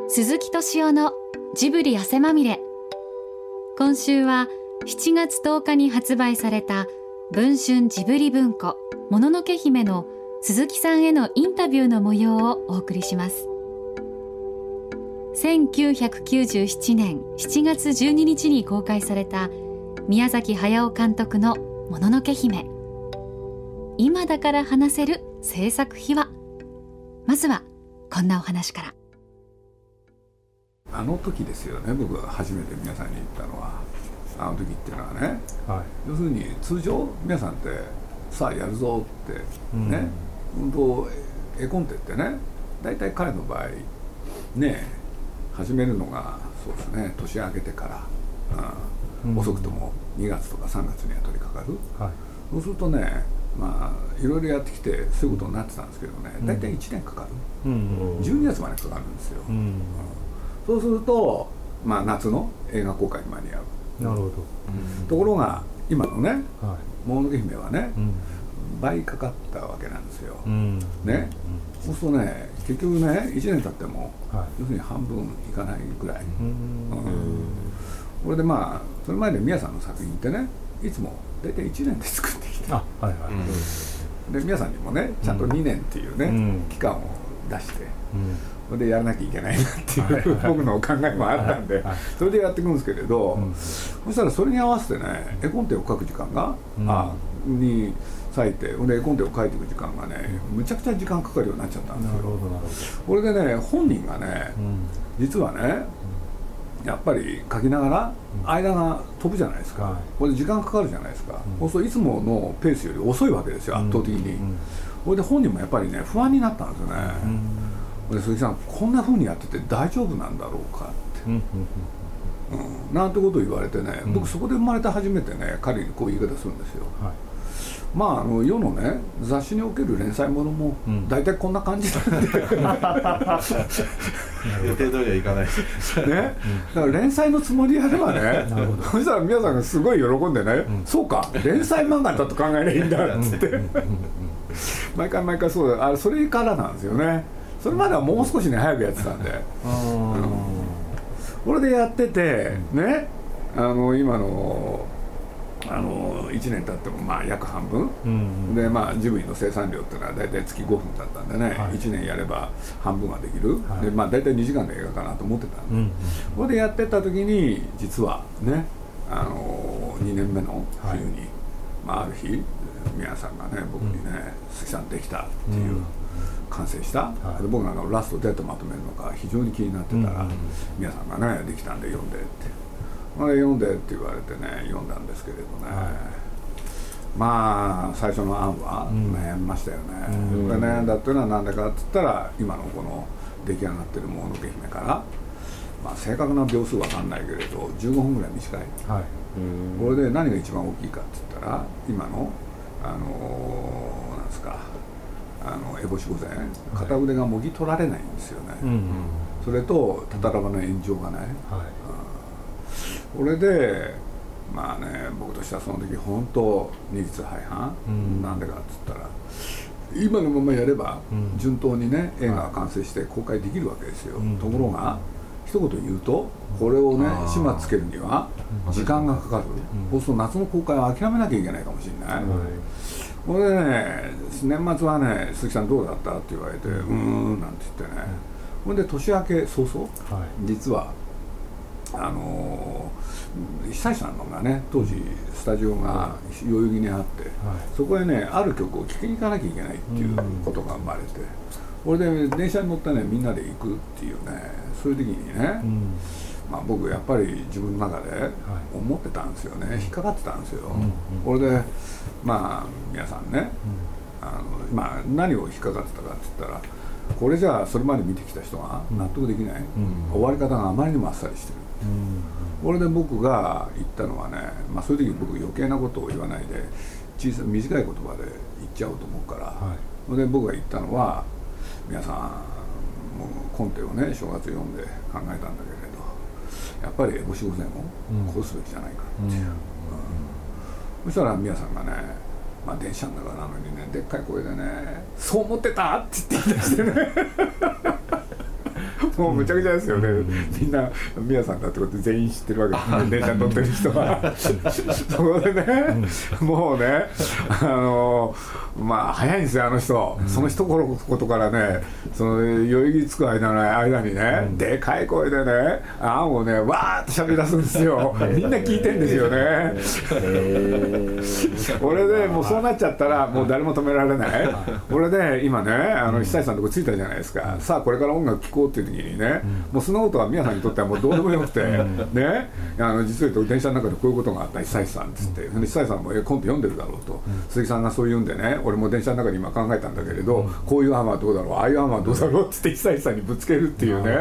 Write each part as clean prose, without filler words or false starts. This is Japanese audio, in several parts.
鈴木敏夫のジブリ汗まみれ。今週は7月10日に発売された文春ジブリ文庫もののけ姫の鈴木さんへのインタビューの模様をお送りします。1997年7月12日に公開された宮崎駿監督のもののけ姫。今だから話せる制作秘話。まずはこんなお話から。 あの時ですよね、僕が初めて皆さんに言ったのは。あの時っていうのはね、はい、要するに通常皆さんってさあやるぞってね、絵コンテってね、大体彼の場合ね始めるのがそうですね、年明けてから、遅くとも2月とか3月には取り掛かる、はい、そうするとね、まあいろいろやってきてそういうことになってたんですけどね、大体1年かかる、12月までかかるんですよ、そうすると、まあ、夏の映画公開に間に合う。なるほど、ところが今のね、もののけ姫はね、倍かかったわけなんですよ、ね、そうするとね、結局ね、1年経っても、要するに半分いかないぐらい、これでまあそれまで宮さんの作品ってね、いつも大体1年で作ってきて、で宮さんにもね、ちゃんと2年っていうね、期間を出して、それでやらなきゃいけないなっていう僕の考えもあったんで、それでやっていくんですけれど、そしたらそれに合わせてね、絵コンテを描く時間がに割いて、絵コンテを描いていく時間がね、むちゃくちゃ時間かかるようになっちゃったんですよ。これでね、本人がね、実はね、やっぱり描きながら間が飛ぶじゃないですか、これで時間かかるじゃないですか、そうするといつものペースより遅いわけですよ、圧倒的に。これで本人もやっぱりね、不安になったんですよね。で鈴木さん、こんな風にやってて大丈夫なんだろうかって、なんてことを言われてね、僕そこで生まれて初めてね、彼にこういう言い方するんですよ。まあ世のね、雑誌における連載ものも大体こんな感じなんで、 予定通りはいかないね、だから連載のつもりやればね、そしたら皆さんがすごい喜んでね、そうか、連載漫画だと考えればいいんだっつって毎回そうだ、それからなんですよね。それまではもう少しね、早くやってたんで、これでやっててね、今の1年経ってもまあ約半分、でまあジブリの生産量っていうのは大体月5分だったんでね、1年やれば半分はできる、でまあ大体2時間の映画かなと思ってたんで、これでやってった時に実はね、2年目の冬に、ある日宮さんがね、僕にね、鈴木さんできたっていう、完成した、で僕がラストどうやってまとめるのか非常に気になってたら、宮さんがね、できたんで読んでって、読んでって言われてね、読んだんですけれどね、まあ最初の案は悩みましたよね。これ悩んだっていうのは何だかって言ったら、今のこの出来上がってるもののけ姫から、まあ正確な秒数は分かんないけれど15分ぐらい短い、これで何が一番大きいかって言ったら、今のなんですか、烏帽子御前、片腕がもぎ取られないんですよね、それとたたらばの炎上がね、これでまあね、僕としてはその時本当二律背反、なんでかって言ったら、今のままやれば順当にね、映画が完成して公開できるわけですよ、ところが一言言うと、これをね始末つけるには時間がかかる、そうすると夏の公開は諦めなきゃいけないかもしれない、これでね、年末はね、鈴木さんどうだったって言われて、なんて言ってね、これで年明け早々、実は久石さんのがね、当時スタジオが代々木にあって、そこへね、ある曲を聴きに行かなきゃいけないっていうことが生まれて、これで電車に乗ってね、みんなで行くっていうね、そういう時にね、まあ僕やっぱり自分の中で思ってたんですよね、引っかかってたんですよ。これでまあ皆さんね、まあ何を引っかかってたかって言ったら、これじゃあそれまで見てきた人が納得できない、終わり方があまりにもあっさりしてる、これで僕が言ったのはね、まあそういう時僕余計なことを言わないで短い言葉で言っちゃおうと思うから、それで僕が言ったのは、皆さんもうコンテをね、正月読んで考えたんだけれど、やっぱり烏帽子御前をこうすべきじゃないかっていう、そしたら宮さんがね、まあ電車の中なのにね、でっかい声でね、そう思ってたって言ってきてねもうむちゃくちゃですよね、みんな宮さんだってこと全員知ってるわけですね、電車乗ってる人はそこでね、もうねまあ早いんですよあの人、その一言からね、その代々木つく間にね、でかい声でね案をねわーっと喋り出すんですよみんな聞いてんですよね俺でもうそうなっちゃったらもう誰も止められない。俺で今ね久石さんのとこ着いたじゃないですか。さあこれから音楽聴こうっていう時にね、もうそのことは宮さんにとってはもうどうでもよくてね、実を言うと電車の中でこういうことがあった久石さんっつって、久石さんもコント読んでるだろうと、鈴木さんがそう言うんでね、俺も電車の中で今考えたんだけれど、こういう案はどうだろう、ああいう案はどうだろうっつって久石さんにぶつけるっていうね、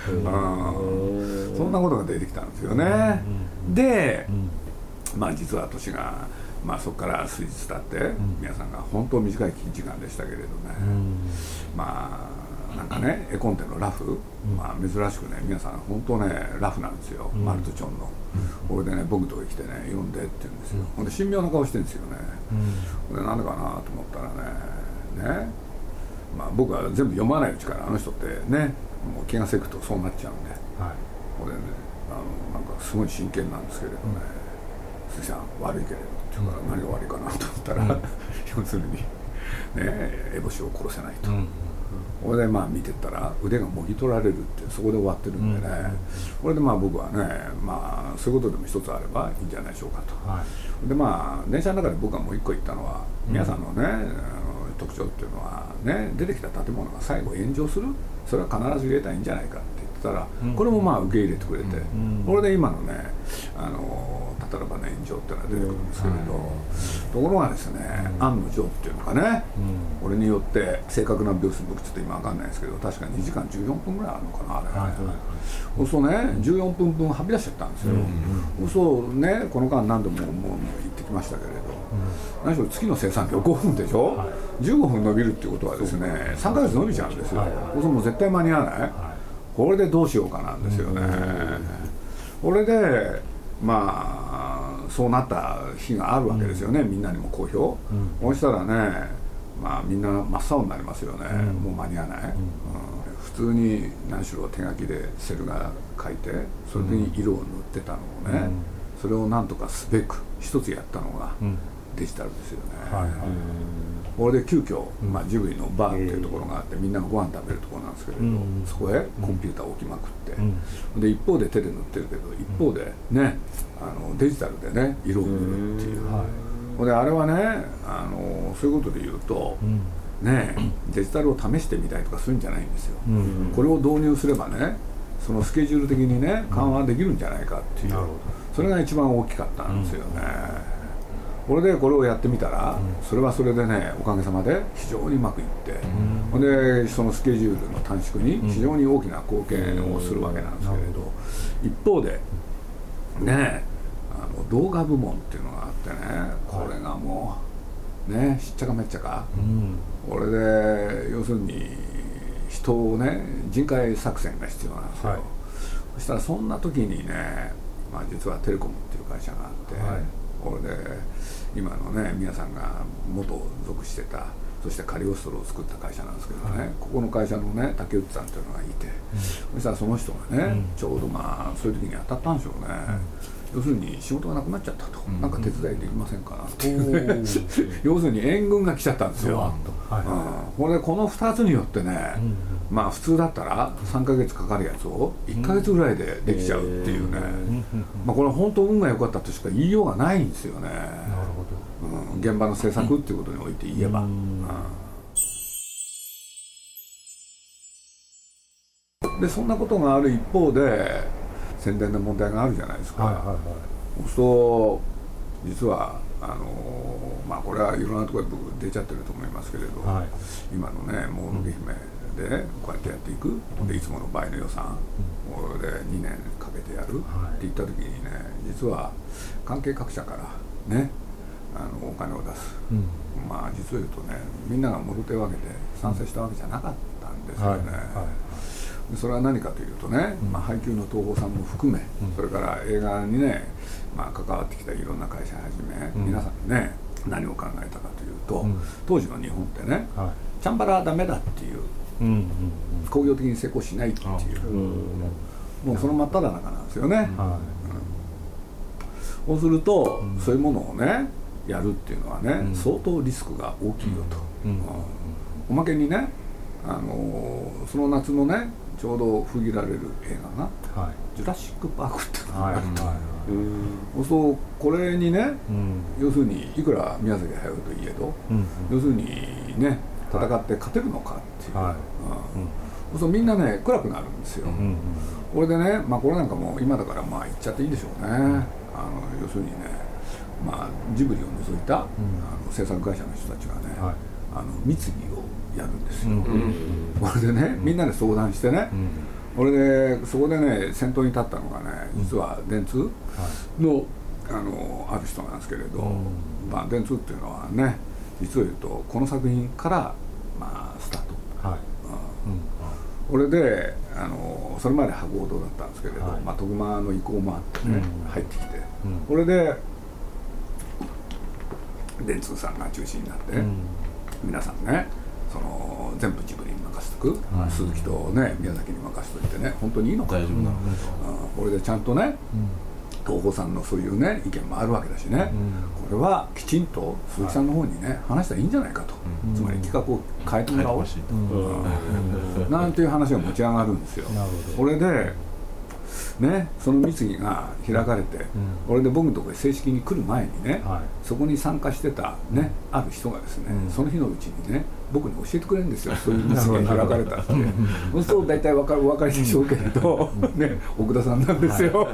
そんなことが出てきたんですよね。でまあ実は年がまあそこから数日経って皆さんが本当短い時間でしたけれどね、まあなんかね絵コンテのラフ、まあ珍しくね皆さん本当ねラフなんですよ、マルトチョンの。これでね僕のとこに来てね読んでって言うんですよ。ほんで神妙な顔してるんですよね。ほんでなんでかなと思ったらね、まあ僕は全部読まないうちからあの人ってねもう気がせくとそうなっちゃうんで、これねなんかすごい真剣なんですけれどね、鈴木さん悪いけれどって言うから何が悪いかなと思ったら、要するにね烏帽子を殺せないと。これでまあ見てったら腕がもぎ取られるってそこで終わってるんでね、これでまあ僕はねまあそういうことでも一つあればいいんじゃないでしょうかと。でまあ電車の中で僕がもう一個言ったのは、皆さんのね特徴っていうのはね、出てきた建物が最後炎上する、それは必ず入れたらいいんじゃないかって言ってたら、これもまあ受け入れてくれて、これで今のねタラバの炎上っていうのは出てくるんですけれど、ところがですね、案の定っていうのかね、俺によって正確な秒数僕ちょっと今分かんないですけど、確か2時間14分ぐらいあるのかなあれね。そうね14分分はみ出しちゃったんですよ。そうねこの間何度ももう行ってきましたけれど、何しろ月の生産量5分でしょ、15分伸びるっていうことはですね3ヶ月伸びちゃうんですよ。そうもう絶対間に合わない。これでどうしようかなんですよね。これでまあそうなった日があるわけですよね、みんなにも公表。そうしたらねまあみんな真っ青になりますよね、もう間に合わない。普通に何しろ手書きでセルが書いてそれに色を塗ってたのをね、それをなんとかすべく一つやったのがデジタルですよね。これで急遽、まあ、ジブリのバーっていうところがあってみんながご飯食べるところなんですけれど、そこへコンピューターを置きまくって、で一方で手で塗ってるけど一方でねデジタルでね色を塗るっていう、であれはねそういうことで言うと、ねデジタルを試してみたいとかするんじゃないんですよ。これを導入すればねそのスケジュール的にね緩和できるんじゃないかっていう、それが一番大きかったんですよね。これでこれをやってみたら、それはそれでねおかげさまで非常にうまくいって、でそのスケジュールの短縮に非常に大きな貢献をするわけなんですけれど、一方でね動画部門っていうのがあってね、これがもうねしっちゃかめっちゃか、これで要するに人をね人海作戦が必要なんですよ。そしたらそんな時にね、まあ、実はテレコムっていう会社があって、これで今のね皆さんが元属してた、そしてカリオストロを作った会社なんですけどね、ここの会社のね竹内さんっていうのがいて、そしたらその人がね、ちょうどまあそういう時に当たったんでしょうね。要するに仕事がなくなっちゃったと、なんか手伝いできませんかなっていうね要するに援軍が来ちゃったんですよ。これでこの2つによってね、まあ普通だったら3ヶ月かかるやつを1ヶ月ぐらいでできちゃうっていうね、まあこれは本当運が良かったとしか言いようがないんですよね。現場の制作っていうことにおいて言えば。でそんなことがある一方で宣伝の問題があるじゃないですか。そうすると実はまあこれはいろんなところで僕出ちゃってると思いますけれど、今のねもののけ姫でこうやってやっていく、でいつもの倍の予算、これで2年かけてやるって言った時にね、実は関係各社からねお金を出す、まあ実を言うとねみんながもろ手を挙げて賛成したわけじゃなかったんですよね。それは何かというとね、まあ、配給の東宝さんも含め、それから映画にね、まあ、関わってきたいろんな会社はじめ、皆さんね何を考えたかというと、当時の日本ってね、チャンバラはダメだっていう工業的に成功しないっていう、もうその真っ只中なんですよね。そうすると、そういうものをねやるっていうのはね、相当リスクが大きいよと。おまけにね、その夏のねちょうど封切られる映画が「ジュラシック・パーク」っていうのがあって、そうこれにね、要するにいくら宮崎駿といえど、要するにね戦って勝てるのかっていう、そうみんなね暗くなるんですよ。これでね、まあこれなんかもう今だからまあ言っちゃっていいでしょうね。要するにね、まあジブリを除いた制作会社の人たちがね、密議をやるんですよ。これでねみんなで相談してね、これでそこでね先頭に立ったのがね、実は電通のある人なんですけれど、まあ電通っていうのはね、実を言うとこの作品からまあスタート。これでそれまで博報堂だったんですけれど、まあ徳間の意向もあってね、入ってきて、これで電通さんが中心になって、皆さんね全部ジブリに任せとく、鈴木とね宮崎に任せといてね本当にいいのか大丈夫なのかと、これでちゃんとね東宝さんのそういうね意見もあるわけだしね、これはきちんと鈴木さんの方にね話したらいいんじゃないかと、つまり企画を変えてもらおうと、なんていう話が持ち上がるんですよ。これでね、その密議が開かれて、これで僕のところに正式に来る前にね、そこに参加してたねある人がですね、その日のうちにね僕に教えてくれるんですよ、そういう密議が開かれたって。そうすると大体お分かりでしょうけれど、ね、奥田さんなんですよ。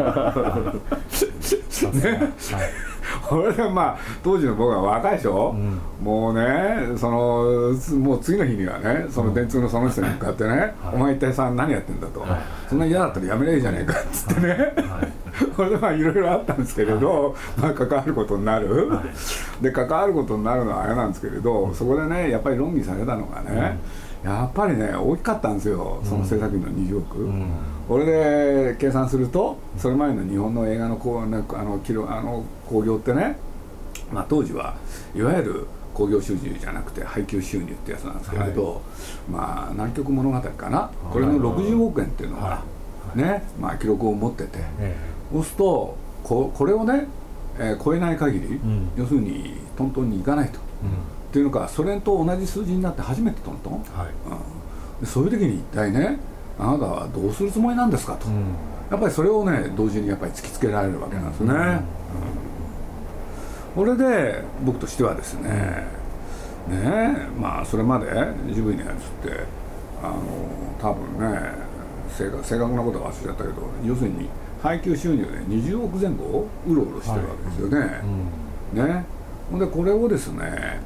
ね、これでまあ当時の僕は若いでしょ、もうねもう次の日にはねその電通のその人に向かってね、お前一体さ何やってんだと、そんな嫌だったらやめりゃいいじゃねえかっつってね、これでまあいろいろあったんですけれど、まあ関わることになる、で関わることになるのはあれなんですけれど、そこでねやっぱり論議されたのがね、やっぱりね大きかったんですよ、その制作費の20億。これで計算するとそれまでの日本の映画の興行ってね、まあ当時はいわゆる興行収入じゃなくて配給収入ってやつなんですけれど、まあ南極物語かな、これの60億円っていうのがね、まあ記録を持ってて、そうするとこれをね、超えない限り、要するにトントンにいかないと、っていうのか、それと同じ数字になって初めてトントン、そういう時に一体ねあなたはどうするつもりなんですかと、やっぱりそれをね同時にやっぱり突きつけられるわけなんですね。これで僕としてはですね、まあそれまでジブリのやつって多分ね正確なことは忘れちゃったけど、要するに配給収入で20億前後をうろうろしてるわけですよね。ほんでこれをですね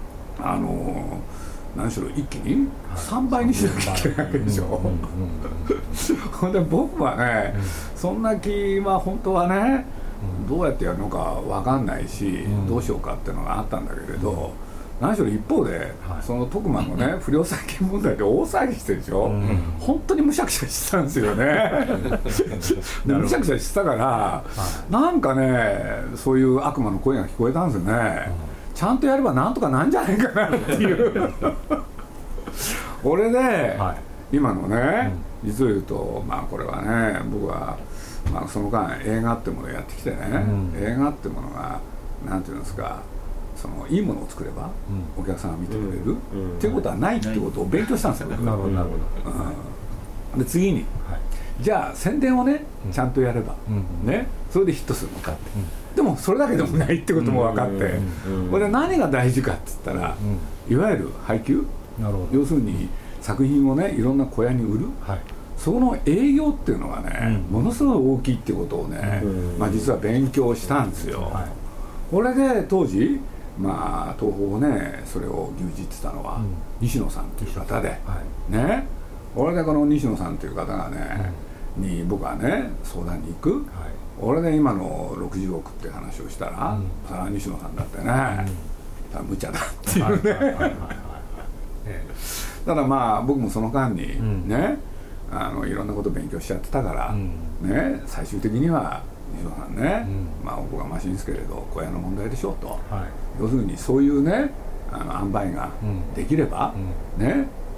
何しろ一気に3倍にしなきゃいけないわけでしょ。ほんで僕はね、そんな気は本当はねどうやってやるのか分かんないし、どうしようかっていうのがあったんだけれど、何しろ一方でその徳間のね不良債権問題で大騒ぎしてるでしょ。本当にむしゃくしゃしてたんですよね。むしゃくしゃしてたから、なんかねそういう悪魔の声が聞こえたんですよね。ちゃんとやればなんとかなんじゃないかなっていうこれで、今のね実を言うと、まあこれはね僕は、まあ、その間映画ってものをやってきてね、映画ってものがなんていうんですか、いいものを作ればお客さんが見てくれるっていうことはないっていうことを勉強したんですよ。なるほどなるほど。で次に、じゃあ宣伝をねちゃんとやればねそれでヒットするのかって、でもそれだけでもないってことも分かって、これで何が大事かって言ったら、いわゆる配給、要するに作品をねいろんな小屋に売る、その営業っていうのがね、ものすごい大きいってことをね、まあ実は勉強したんですよ。これで当時まあ東宝をねそれを牛耳ってたのは西野さんという方で、ね、これでこの西野さんという方がね、に僕はね相談に行く、俺で今の60億って話をしたら、それは西野さんだってね、無茶だっていうね。ただまあ僕もその間にね、いろんなこと勉強しちゃってたから、ね、最終的には西野さんね、まあおこがましいんですけれど小屋の問題でしょうと、要するにそういうね塩梅ができれば、ね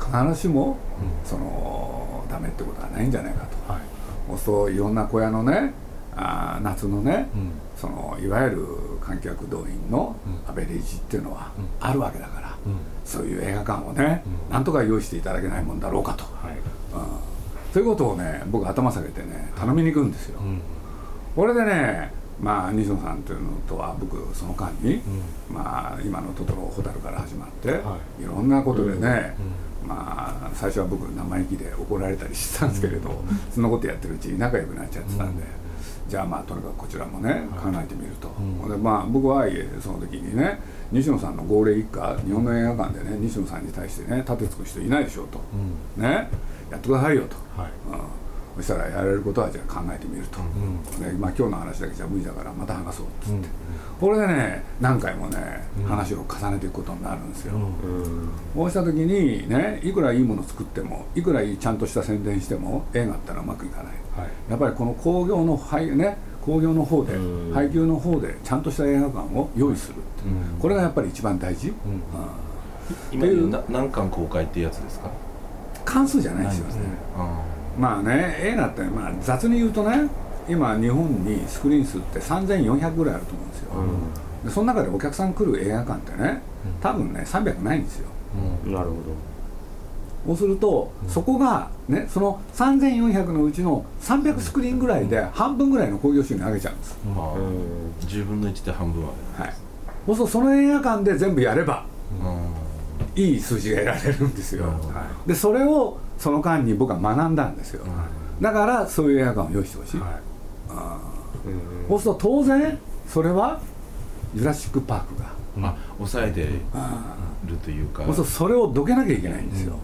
必ずしも、ダメってことはないんじゃないかと、そういろんな小屋のね夏のね、いわゆる観客動員のアベレージっていうのはあるわけだから、そういう映画館をね、なんとか用意していただけないもんだろうかと、そういうことをね僕頭下げてね頼みに行くんですよ。これでね西野さんというのとは僕その間に、今のトトロホタルから始まって、いろんなことでね、最初は僕生意気で怒られたりしてたんですけれど、そんなことやってるうちに仲良くなっちゃってたんで、じゃあとにかくこちらもね考えてみると、で僕はその時にね西野さんの号令一家日本の映画館でね西野さんに対してね立てつく人いないでしょうと、ねやってくださいよと、そしたらやれることはじゃあ考えてみると、で今日の話だけじゃ無理だからまた話そうっつって、これでね何回もね話を重ねていくことになるんですよ。こうした時にねいくらいいもの作ってもいくらちゃんとした宣伝しても映画ってのはうまくいかない、やっぱりこの興行の方で配給の方でちゃんとした映画館を用意するって、これがやっぱり一番大事。 今何巻公開ってやつですか？ 関数じゃないですよね。映画って雑に言うとね今日本にスクリーン数って3400ぐらいあると思うんですよ。でその中でお客さん来る映画館ってね多分ね300ないんですよ。 なるほど。 そうすると、そこがねその3400のうちの300スクリーンぐらいで半分ぐらいの興行収入上げちゃうんです。 10分の1で半分は。 そうするとその映画館で全部やればいい数字が得られるんですよ。でそれをその間に僕は学んだんですよ。だからそういう映画館を用意してほしい。そうすると当然それはジュラシック・パークが抑えてるというか、 それをどけなきゃいけないんですよ。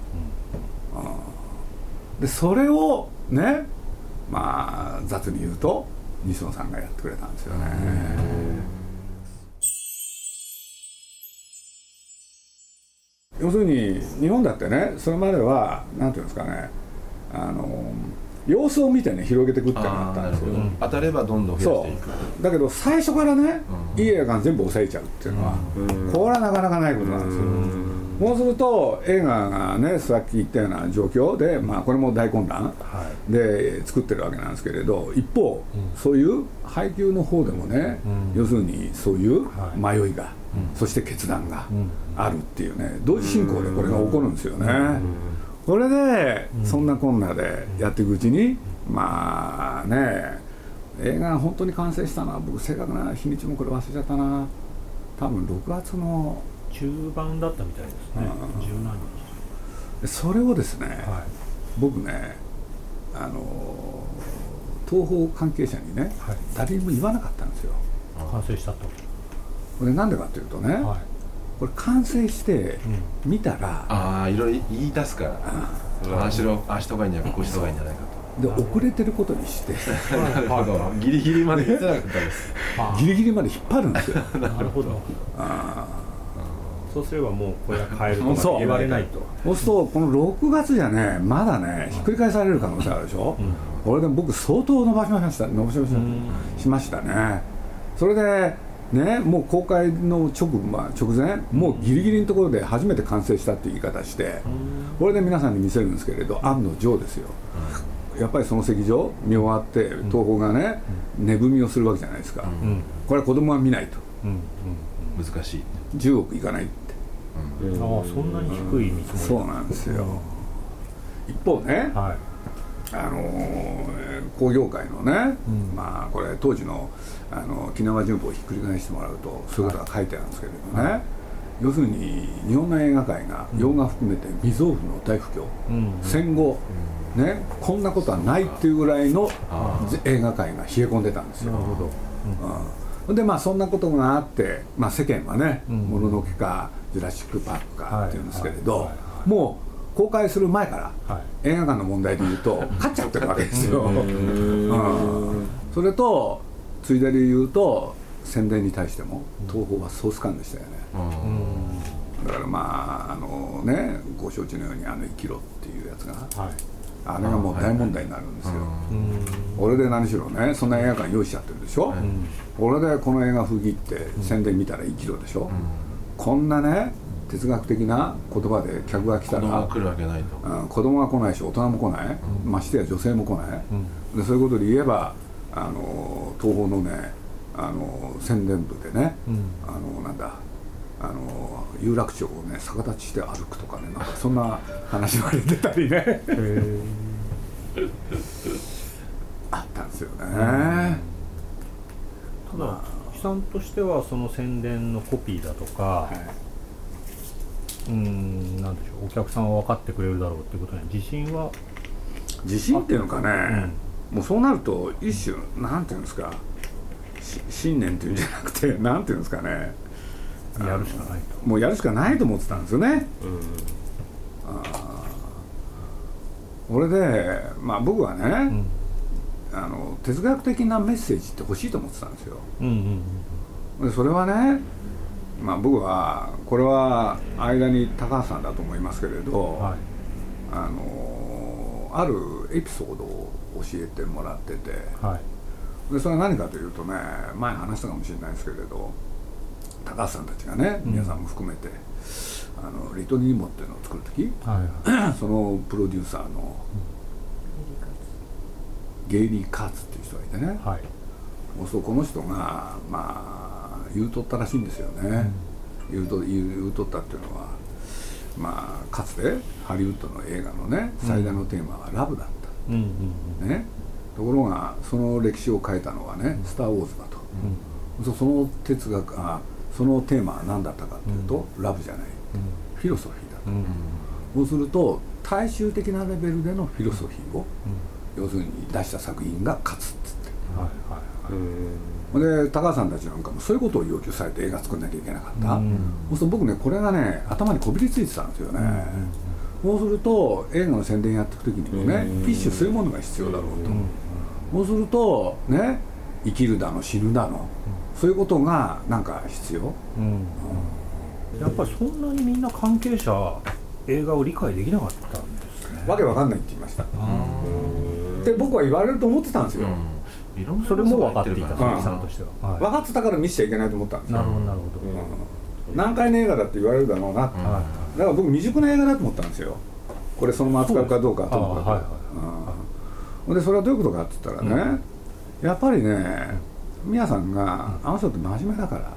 でそれをね雑に言うと西野さんがやってくれたんですよね。要するに日本だってねそれまではなんていうんですかね様子を見てね広げていくってのがあったんですけど、 当たればどんどん増やしていく。 だけど最初からね、いい映画館全部抑えちゃうっていうのは、これはなかなかないことなんですよ。そうすると映画がねさっき言ったような状況で、これも大混乱で作ってるわけなんですけれど、一方、そういう配給の方でもね、要するにそういう迷いが、そして決断があるっていうね同時進行でこれが起こるんですよね。これでそんなこんなでやっていくうちに映画が本当に完成したのは僕正確な日にちもこれ忘れちゃったな、多分6月の中盤だったみたいですね。十何日。それをですね、僕ね東宝関係者にね、誰にも言わなかったんですよ。 完成したと。 これなんでかというとね、これ完成して見たら、 いろいろ言い出すから、ああしとかいいんじゃないか、こうしとかいいんじゃないかと。 で遅れてることにしてなるほど、ギリギリまで言ってなかったです。 ギリギリまで引っ張るんですよ。 なるほど。そうすればもうこれは変えるとか言われないと。 そうするとこの6月じゃねまだねひっくり返される可能性あるでしょ。これで僕相当伸ばしましたね。それでねもう公開の直前もうギリギリのところで初めて完成したっていう言い方して、これで皆さんに見せるんですけれど案の定ですよ。やっぱりその席上見終わって東宝がね値踏みをするわけじゃないですか。これは子供は見ないと難しい、 10億いかないって。 そんなに低い見積もり。 そうなんですよ。一方ね、工業界のね、これ当時の木縄旬報をひっくり返してもらうとそういうことが書いてあるんですけれどね、要するに日本の映画界が洋画含めて未曾有の大不況、戦後ねこんなことはないっていうぐらいの映画界が冷え込んでたんですよ。なるほど。でそんなことがあって、世間はねもののけかジュラシック・パークかっていうんですけれど、もう公開する前から映画館の問題でいうと勝っちゃってるわけですよ。それとついでに言うと宣伝に対しても東宝はソース感でしたよね。だからご承知のように生きろっていうやつが、あれがもう大問題になるんですよ。これで何しろねそんな映画館用意しちゃってるでしょ。これでこの映画風切って宣伝見たら生きろでしょ。こんなね哲学的な言葉で客が来たら子供が来るわけないと、 子供が来ないし大人も来ない、ましてや女性も来ない、でそういうことで言えば東宝のね宣伝部でね、なんだ有楽町をね逆立ちして歩くとかね、なんかそんな話まで出たりねあったんですよね。 ただ木さんとしてはその宣伝のコピーだとか、なんでしょう、お客さんは分かってくれるだろうっていうことに自信っていうのかね、もうそうなると一種なんていうんですか、信念っていうんじゃなくてなんていうんですかね、やるしかないと、もうやるしかないと思ってたんですよね。これで僕はね、哲学的なメッセージって欲しいと思ってたんですよ。でそれはね、僕はこれは間に高橋さんだと思いますけれど、あるエピソードを教えてもらってて、でそれは何かというとね、前話したかもしれないですけれど、高橋さんたちがね、皆さんも含めてリトルニモっていうのを作るとき、そのプロデューサーのゲイリー・カーツっていう人がいてね、そうこの人が言うとったらしいんですよね。言うとったっていうのは、かつてハリウッドの映画のね最大のテーマはラブだった、ね、ところがその歴史を変えたのはね、スター・ウォーズだと、その哲学そのテーマは何だったかというと、ラブじゃない、フィロソフィーだと、そうすると大衆的なレベルでのフィロソフィーを、要するに出した作品が勝つっつって、で高橋さんたちなんかもそういうことを要求されて映画作んなきゃいけなかった、そうすると僕ねこれがね頭にこびりついてたんですよね。そうすると映画の宣伝やっていく時にもね、フィッシュそういうものが必要だろうと、そうするとね、生きるだの死ぬだの、そういうことがなんか必要、やっぱりそんなにみんな関係者映画を理解できなかったんですね。わけわかんないって言いました。で僕は言われると思ってたんですよ。それも分かっていた鈴木さんとしては、分かってたから見せちゃいけないと思ったんですよ。なるほど何回の映画だって言われるだろうなって、だから僕未熟な映画だと思ったんですよ。これそのまま扱うかどうかと思った。でそれはどういうことかって言ったらね、やっぱりね宮さんがあの人って真面目だから、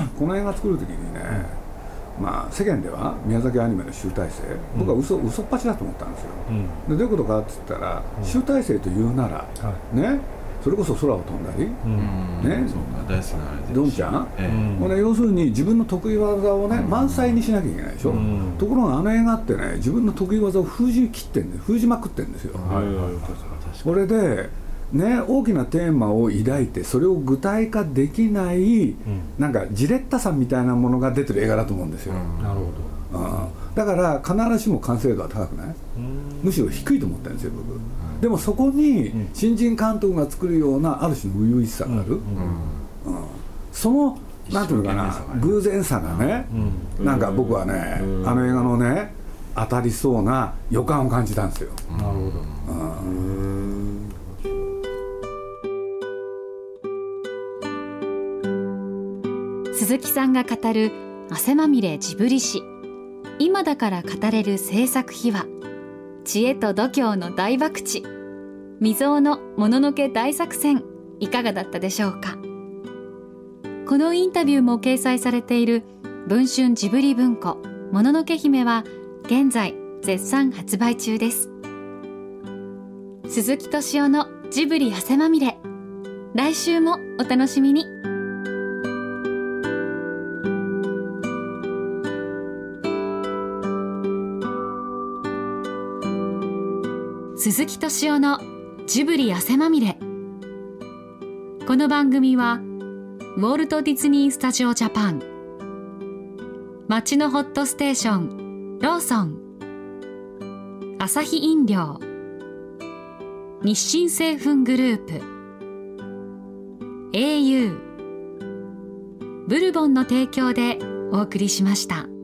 この映画作る時にね、世間では宮崎アニメの集大成、僕は嘘っぱちだと思ったんですよ。でどういうことかって言ったら、集大成というなら、ね、それこそ空を飛んだり、ね、 大好きなあれでドンちゃん、要するに自分の得意技をね、満載にしなきゃいけないでしょ。ところがあの映画ってね、自分の得意技を封じまくってるんですよ。これでね、大きなテーマを抱いてそれを具体化できない、なんかじれったさみたいなものが出てる映画だと思うんですよ。なるほど。だから必ずしも完成度は高くない、むしろ低いと思ってるんですよ僕。でもそこに新人監督が作るようなある種の初々しさがある、そのなんていうのかな、偶然さがね、なんか僕はね、あの映画のね当たりそうな予感を感じたんですよ。なるほど。 鈴木さんが語る汗まみれジブリ史、今だから語れる制作秘話、知恵と度胸の大博打、未曾有のもののけ大作戦、いかがだったでしょうか。このインタビューも掲載されている文春ジブリ文庫もののけ姫は現在絶賛発売中です。鈴木敏夫のジブリ汗まみれ、来週もお楽しみに。鈴木敏夫のジブリ汗まみれ。この番組はウォルト・ディズニー・スタジオ・ジャパン、街のホットステーションローソン、アサヒ飲料、日清製粉グループ、au、ブルボンの提供でお送りしました。